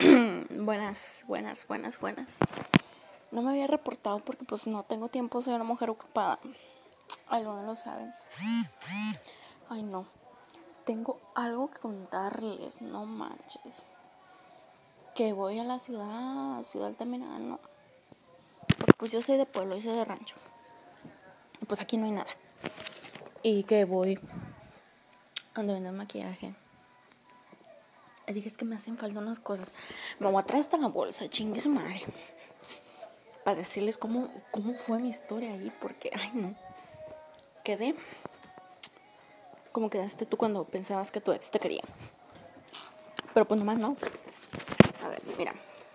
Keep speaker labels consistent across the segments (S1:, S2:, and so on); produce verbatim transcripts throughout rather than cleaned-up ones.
S1: Buenas, buenas, buenas, buenas. No me había reportado porque pues no tengo tiempo, soy una mujer ocupada. Algunos lo saben. Ay no, tengo algo que contarles, no manches. Que voy a la ciudad, Ciudad Altamirano, no. Porque pues yo soy de pueblo y soy de rancho. Y pues aquí no hay nada. Y que voy ando venden maquillaje. Y dije, es que me hacen falta unas cosas. Me voy a traer hasta la bolsa, chingue su madre. Para decirles cómo, cómo fue mi historia ahí, porque, ay no. Quedé como quedaste tú cuando pensabas que tu ex te quería. Pero pues nomás no. A ver, mira.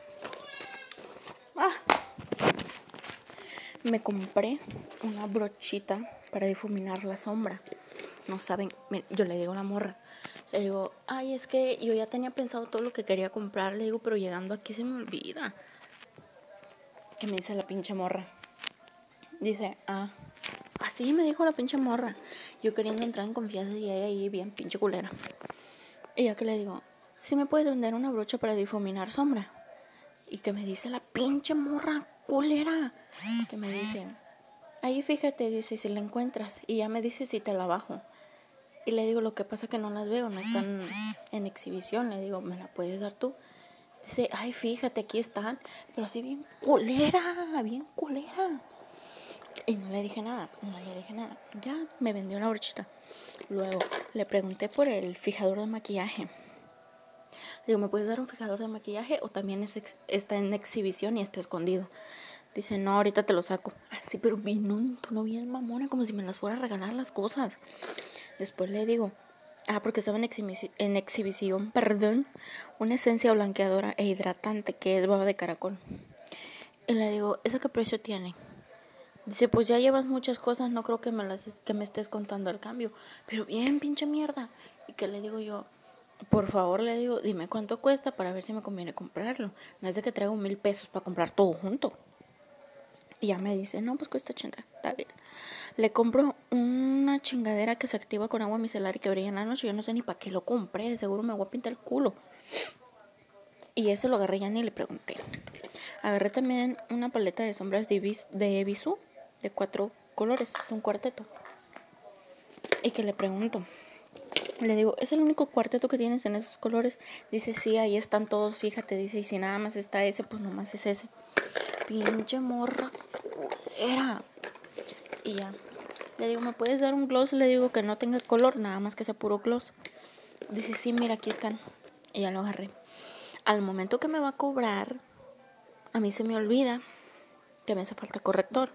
S1: Ah. Me compré una brochita para difuminar la sombra. No saben, yo le digo a la morra. Le digo, ay, es que yo ya tenía pensado todo lo que quería comprar. Le digo, pero llegando aquí se me olvida. ¿Qué me dice la pinche morra? Dice, ah, así me dijo la pinche morra. Yo queriendo entrar en confianza y ella ahí bien pinche culera. Y ya que le digo, ¿sí me puedes vender una brocha para difuminar sombra? Y que me dice la pinche morra culera. Que me dice, ahí fíjate, dice, si la encuentras. Y ya me dice si te la bajo. Y le digo, lo que pasa que no las veo, no están en exhibición. Le digo, ¿me la puedes dar tú? Dice, ay, fíjate, aquí están. Pero así bien culera, bien culera. Y no le dije nada, no le dije nada. Ya me vendió la brochita. Luego le pregunté por el fijador de maquillaje. Le digo, ¿me puedes dar un fijador de maquillaje o también es ex- está en exhibición y está escondido? Dice, no, ahorita te lo saco. Así, pero vino un tono bien mamona, como si me las fuera a regalar las cosas. Después le digo, ah, porque estaba en, exhibi- en exhibición, perdón, una esencia blanqueadora e hidratante que es baba de caracol. Y le digo, ¿esa qué precio tiene? Dice, pues ya llevas muchas cosas, no creo que me las que me estés contando el cambio. Pero bien, pinche mierda. Y que le digo yo, por favor, le digo, dime cuánto cuesta para ver si me conviene comprarlo. No es de que traigo mil pesos para comprar todo junto. Y ya me dice, no, pues cuesta ochenta, está bien. Le compro una chingadera que se activa con agua micelar y que brilla en la noche. Yo no sé ni para qué lo compré, seguro me voy a pintar el culo. Y ese lo agarré, ya ni le pregunté. Agarré también una paleta de sombras de, Bis- de Bisú, de cuatro colores, es un cuarteto. Y que le pregunto, le digo, ¿es el único cuarteto que tienes en esos colores? Dice, sí, ahí están todos, fíjate. Dice, y si nada más está ese, pues nomás es ese. Pinche morra culera. Y ya, le digo, ¿me puedes dar un gloss? Le digo que no tenga color, nada más que sea puro gloss. Dice, sí, mira, aquí están. Y ya lo agarré. Al momento que me va a cobrar, a mí se me olvida que me hace falta corrector.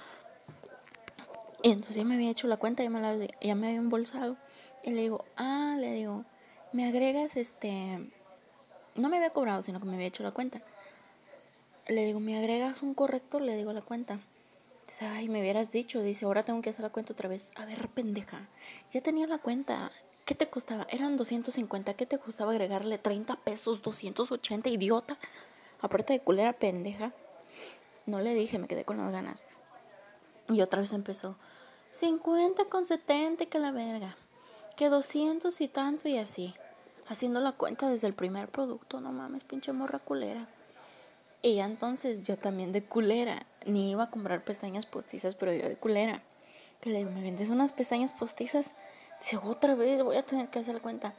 S1: Y entonces ya me había hecho la cuenta, ya me, la, ya me había embolsado. Y le digo, ah, le digo, me agregas este... No me había cobrado, sino que me había hecho la cuenta. Le digo, ¿me agregas un corrector? Le digo la cuenta. Dice, ay, me hubieras dicho. Dice, ahora tengo que hacer la cuenta otra vez. A ver, pendeja, ya tenía la cuenta. ¿Qué te costaba? Eran doscientos cincuenta. ¿Qué te costaba agregarle treinta pesos? doscientos ochenta, idiota. Aparte de culera pendeja. No le dije, me quedé con las ganas. Y otra vez empezó. cincuenta con setenta, que la verga. Que doscientos y tanto y así. Haciendo la cuenta desde el primer producto. No mames, pinche morra culera. Y ya entonces yo también de culera. Ni iba a comprar pestañas postizas, pero yo de culera. Que le digo, ¿me vendes unas pestañas postizas? Dice, otra vez voy a tener que hacer la cuenta.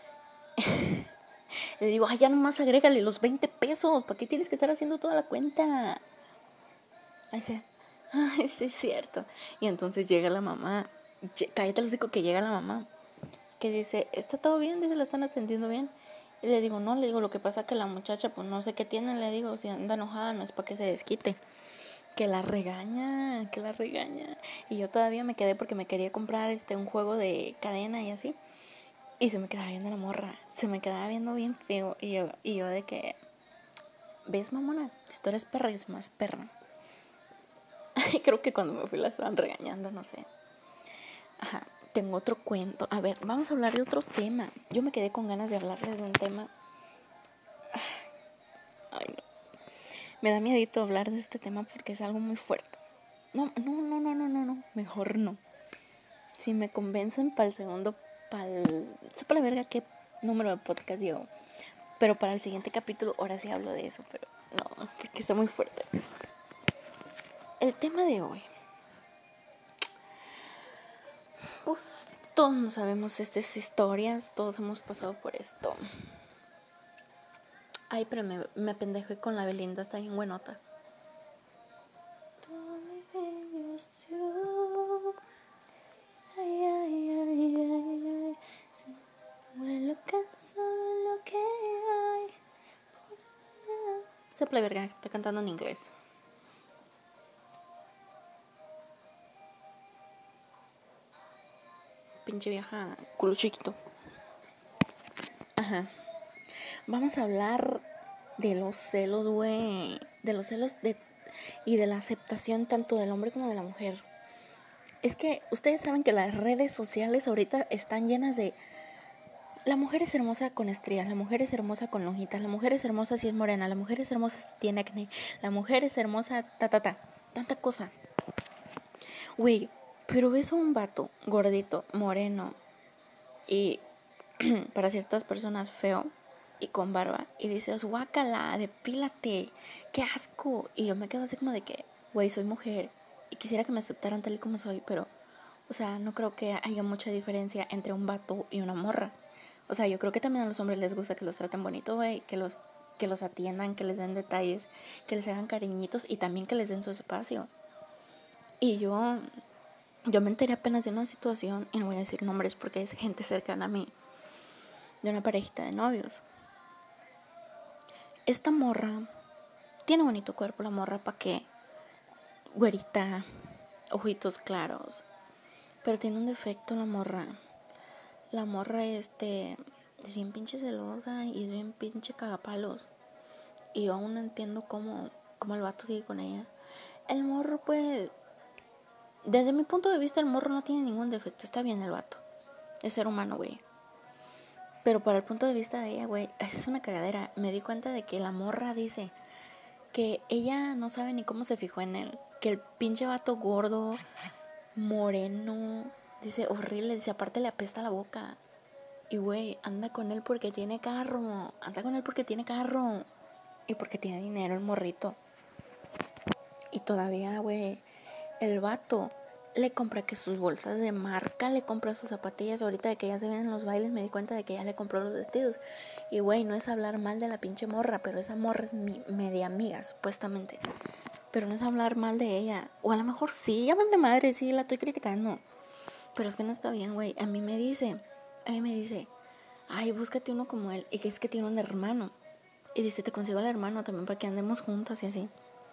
S1: Le digo, ay, ya nomás agrégale los veinte pesos. ¿Para qué tienes que estar haciendo toda la cuenta? Ahí dice, ay, sí es cierto. Y entonces llega la mamá. Cállate, les digo que llega la mamá. Que dice, ¿está todo bien? Dice, ¿la están atendiendo bien? Y le digo, no, le digo, lo que pasa que la muchacha, pues no sé qué tiene. Le digo, si anda enojada, no es para que se desquite. Que la regaña, que la regaña. Y yo todavía me quedé porque me quería comprar este un juego de cadena y así. Y se me quedaba viendo la morra. Se me quedaba viendo bien feo. Y yo, y yo de que, ¿ves, mamona? Si tú eres perra, yo soy más perra. Y creo que cuando me fui la estaban regañando, no sé. Ajá, tengo otro cuento. A ver, vamos a hablar de otro tema. Yo me quedé con ganas de hablarles de un tema. Ay, no. Me da miedito hablar de este tema porque es algo muy fuerte. No, no, no, no, no, no, no. Mejor no. Si me convencen para el segundo, para el... Sepa la verga qué número de podcast llevo. Pero para el siguiente capítulo, ahora sí hablo de eso, pero no, porque está muy fuerte. El tema de hoy. Pues todos no sabemos estas historias, todos hemos pasado por esto. Ay, pero me, me apendejé con la Belinda, está bien buenota. Ay, ay, ay, ay, ay. Lo que no sabe lo que hay. Esa play verga está cantando en inglés. Pinche vieja, culo chiquito. Ajá. Vamos a hablar de los celos, güey. De los celos de, y de la aceptación tanto del hombre como de la mujer. Es que ustedes saben que las redes sociales ahorita están llenas de... La mujer es hermosa con estrías, la mujer es hermosa con lonjitas, la mujer es hermosa si es morena, la mujer es hermosa si tiene acné, la mujer es hermosa, ta, ta, ta. Tanta cosa. Güey, pero ves a un vato gordito, moreno y para ciertas personas feo y con barba y dices, guácala, depílate, qué asco. Y yo me quedo así como de que, güey, soy mujer y quisiera que me aceptaran tal y como soy, pero, o sea, no creo que haya mucha diferencia entre un vato y una morra. O sea, yo creo que también a los hombres les gusta que los traten bonito, güey, que los, que los atiendan, que les den detalles, que les hagan cariñitos y también que les den su espacio. Y yo, yo me enteré apenas de una situación, y no voy a decir nombres porque es gente cercana a mí, de una parejita de novios. Esta morra tiene bonito cuerpo, la morra, ¿pa' qué? Güerita, ojitos claros, pero tiene un defecto la morra. La morra este es bien pinche celosa y es bien pinche cagapalos. Y yo aún no entiendo cómo, cómo el vato sigue con ella. El morro, pues, desde mi punto de vista, el morro no tiene ningún defecto. Está bien el vato. Es ser humano, güey. Pero para el punto de vista de ella, güey, es una cagadera. Me di cuenta de que la morra dice que ella no sabe ni cómo se fijó en él. Que el pinche vato gordo, moreno, dice horrible. Dice, aparte le apesta la boca. Y güey, anda con él porque tiene carro. Anda con él porque tiene carro. Y porque tiene dinero el morrito. Y todavía, güey, el vato le compra que sus bolsas de marca, le compra sus zapatillas. Ahorita de que ya se ven en los bailes me di cuenta de que ya le compró los vestidos. Y güey, no es hablar mal de la pinche morra, pero esa morra es mi media amiga, supuestamente. Pero no es hablar mal de ella. O a lo mejor sí, llámame madre, sí, la estoy criticando. Pero es que no está bien, güey. A mí me dice, a mí me dice, ay, búscate uno como él. Y que es que tiene un hermano. Y dice, te consigo al hermano también para que andemos juntas y así.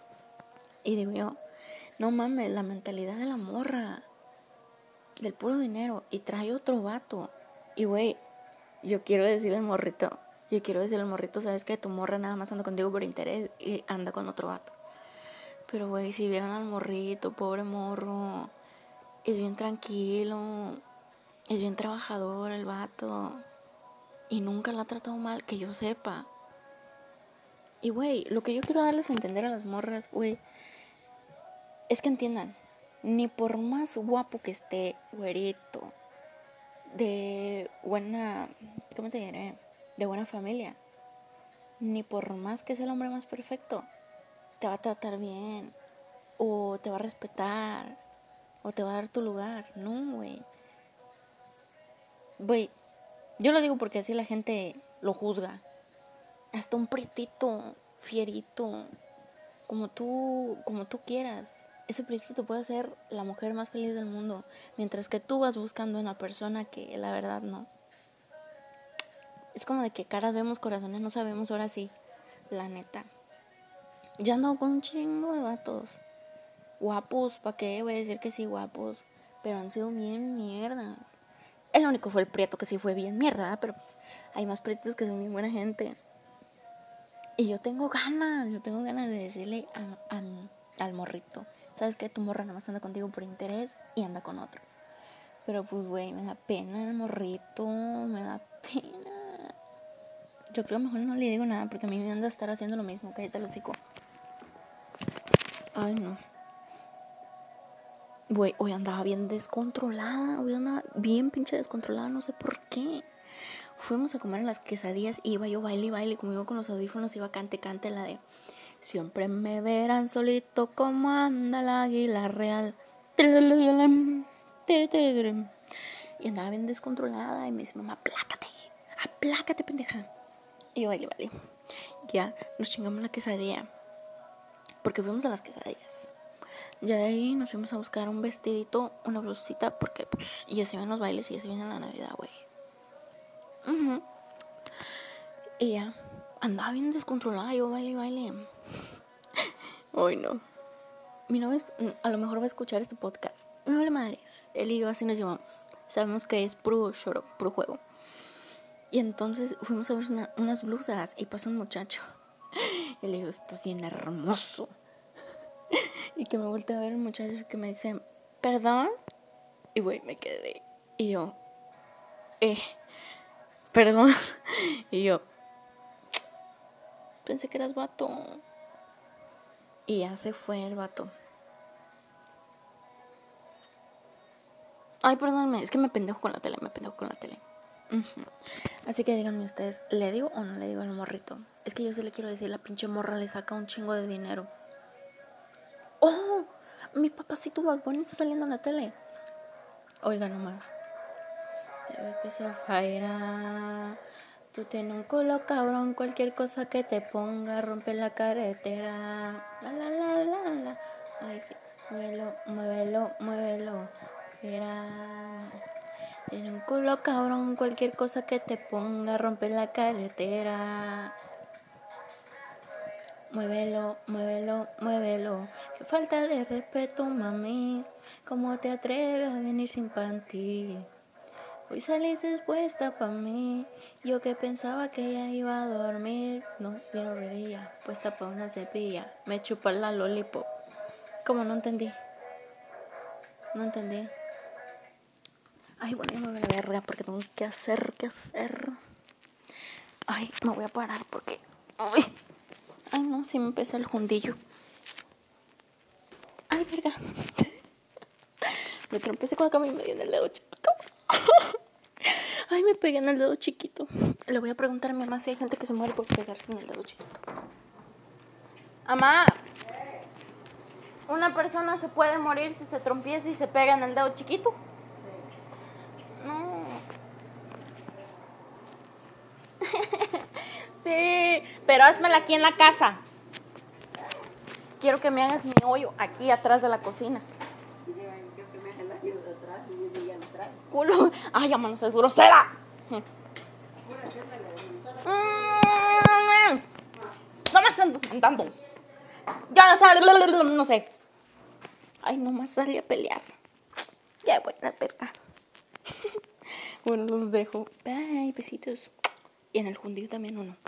S1: Y digo yo, no mames, la mentalidad de la morra, del puro dinero, y trae otro vato. Y güey, yo quiero decirle al morrito, yo quiero decirle al morrito, sabes que tu morra nada más anda contigo por interés y anda con otro vato. Pero güey, si vieran al morrito, pobre morro, es bien tranquilo, es bien trabajador el vato, y nunca la ha tratado mal, que yo sepa. Y güey, lo que yo quiero darles a entender a las morras, güey, es que entiendan, ni por más guapo que esté, güerito, de buena, ¿cómo te diré? De buena familia, ni por más que sea el hombre más perfecto, te va a tratar bien, o te va a respetar, o te va a dar tu lugar. No, güey. Güey, yo lo digo porque así la gente lo juzga. Hasta un prietito, fierito, como tú, como tú quieras. Ese prietito puede ser la mujer más feliz del mundo, mientras que tú vas buscando una persona que la verdad no. Es como de que caras vemos, corazones no sabemos, ahora sí, la neta. Ya ando con un chingo de vatos. Guapos, ¿para qué? Voy a decir que sí, guapos. Pero han sido bien mierdas. El único fue el prieto que sí fue bien mierda, pero pues hay más prietos que son bien buena gente. Y yo tengo ganas, yo tengo ganas de decirle a, a, al morrito, ¿sabes qué? Tu morra nada más anda contigo por interés y anda con otro. Pero pues, güey, me da pena el morrito, me da pena. Yo creo que mejor no le digo nada porque a mí me anda a estar haciendo lo mismo. Cállate el hocico. Ay, no. Güey, hoy andaba bien descontrolada. Hoy andaba bien pinche descontrolada. No sé por qué. fuimos a comer a las quesadillas y iba yo baile y baile, como iba con los audífonos, iba cante, cante la de siempre me verán solito como anda la águila real. Y andaba bien descontrolada y me dice, mamá, aplácate, aplácate, pendeja. Y yo baile, baile. Ya nos chingamos la quesadilla, porque fuimos a las quesadillas. Ya de ahí nos fuimos a buscar un vestidito, una blusita, porque pues ya se vienen los bailes y ya se viene la Navidad, güey. Uh-huh. Y ya, andaba bien descontrolada, yo baile, baile. Ay, no. Mi novio a lo mejor va a escuchar este podcast. Me vale madres. Él y yo así nos llevamos. Sabemos que es puro choro, puro juego. Y entonces fuimos a ver una, unas blusas y pasó un muchacho. Y le digo, estás bien hermoso. Y que me voltea a ver el muchacho que me dice, ¿perdón? Y güey, me quedé. Y yo, eh, perdón. Y yo, pensé que eras vato. Y ya se fue el vato. Ay, perdóname, es que me pendejo con la tele, me pendejo con la tele. Uh-huh. Así que díganme ustedes, ¿le digo o no le digo al morrito? Es que yo sí le quiero decir, la pinche morra le saca un chingo de dinero. ¡Oh! Mi papacito Bad Bunny está saliendo en la tele. Oiga nomás. Debe que se faira. Tú tienes un culo cabrón, cualquier cosa que te ponga rompe la carretera. La la la la la. Ay, muévelo, muévelo, muévelo. Era. Tiene un culo cabrón, cualquier cosa que te ponga rompe la carretera. Muévelo, muévelo, muévelo. Qué falta de respeto, mami. ¿Cómo te atreves a venir sin panty? Hoy salís expuesta pa' mí. Yo que pensaba que ella iba a dormir. No, vino rodilla, puesta pa' una cepilla. Me chupa la lollipop. ¿Cómo? No entendí. No entendí. Ay, bueno, ya me voy a la verga porque tengo que hacer, que hacer. Ay, me voy a parar porque... Ay, ay no, sí me pesa el jundillo. Ay, verga. Me trompecé con la cama y me dio en el dedo chiquito. Ay, me pegué en el dedo chiquito. Le voy a preguntar a mi mamá si hay gente que se muere por pegarse en el dedo chiquito. Mamá, ¿una persona se puede morir si se trompieza y se pega en el dedo chiquito? No. Sí, pero házmela aquí en la casa. Quiero que me hagas mi hoyo aquí atrás de la cocina. Quiero que me hagas el hoyo de atrás y de atrás. Culo. Ay, mamá, no seas grosera. No me están cantando. Ya no sé, no sé. Ay, nomás salí a pelear. Ya voy a la verga. Bueno, los dejo. Bye, besitos. Y en el jundío también uno.